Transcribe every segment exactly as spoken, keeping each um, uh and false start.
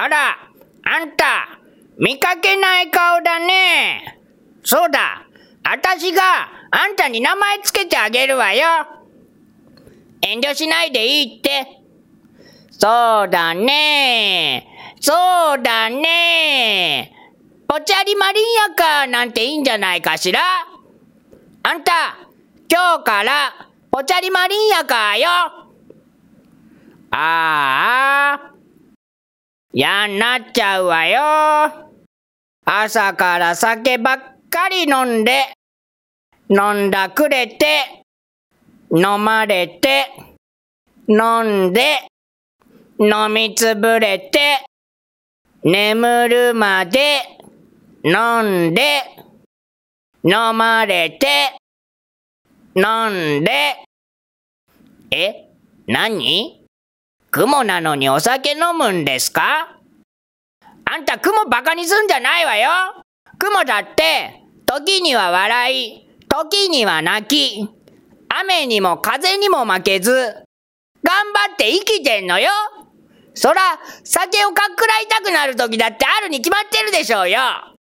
あら、あんた、見かけない顔だね。そうだ、あたしがあんたに名前つけてあげるわよ。遠慮しないでいいって。そうだね。そうだね。ぽちゃりマリンヤカなんていいんじゃないかしら。あんた、今日からぽちゃりマリンヤカよ。ああ、やんなっちゃうわよ。朝から酒ばっかり飲んで、飲んだくれて、飲まれて、飲んで、飲みつぶれて、眠るまで、飲んで、飲まれて、飲んで。え、何？雲なのにお酒飲むんですか？あんた雲バカにすんじゃないわよ。雲だって、時には笑い、時には泣き、雨にも風にも負けず、頑張って生きてんのよ。そら、酒をかっくらいたくなる時だってあるに決まってるでしょうよ。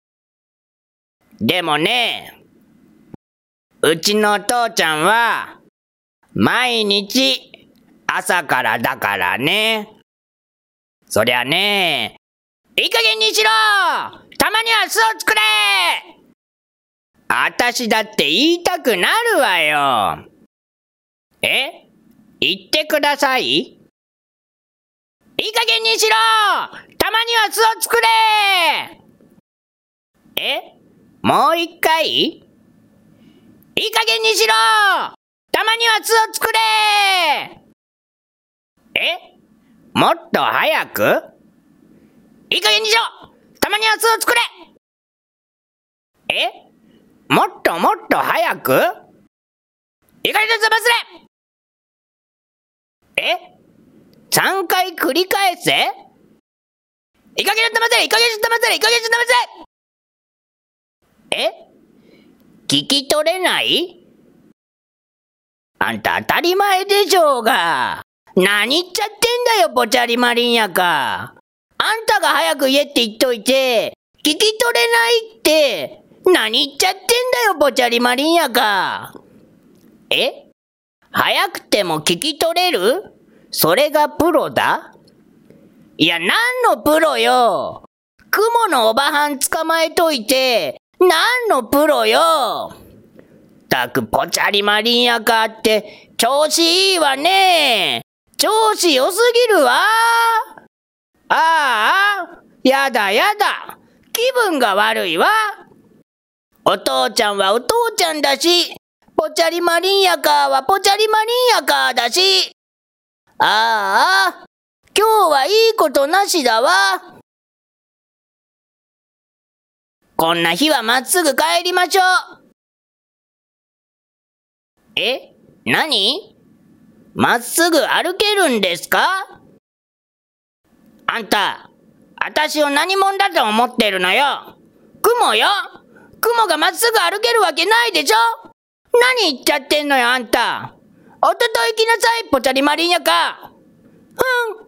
でもね、うちの父ちゃんは、毎日、朝からだからね。そりゃね、いい加減にしろ！たまには巣を作れ！あたしだって言いたくなるわよ。え？言ってください？いい加減にしろ！たまには巣を作れ！え？もう一回？いい加減にしろ！たまには巣を作れ！え？もっと早く？いい加減にしろ！たまには巣を作れ！え？もっともっと早く？いい加減に済ませれ！え？三回繰り返せ？いい加減に済ませれ！いい加減に済ませれ！いい加減に済ませれ！え？聞き取れない？あんた当たり前でしょうが。何言っちゃってんだよ、ぽちゃりマリンヤカ。あんたが早く言えって言っといて、聞き取れないって、何言っちゃってんだよ、ぽちゃりマリンヤカ。え？早くても聞き取れる？それがプロだ？いや、何のプロよ。雲のおばはん捕まえといて、何のプロよ。たくぽちゃりマリンヤカって調子いいわね。調子良すぎるわ。ああ、やだやだ。気分が悪いわ。お父ちゃんはお父ちゃんだし、ぽちゃりマリンヤカはぽちゃりマリンヤカだし。ああ、今日はいいことなしだわ。こんな日はまっすぐ帰りましょう。え？何？まっすぐ歩けるんですか？あんた、あたしを何者だと思ってるのよ。雲よ。雲がまっすぐ歩けるわけないでしょ。何言っちゃってんのよ、あんた。おととい来なさい、ぽちゃりマリンヤカ。うん。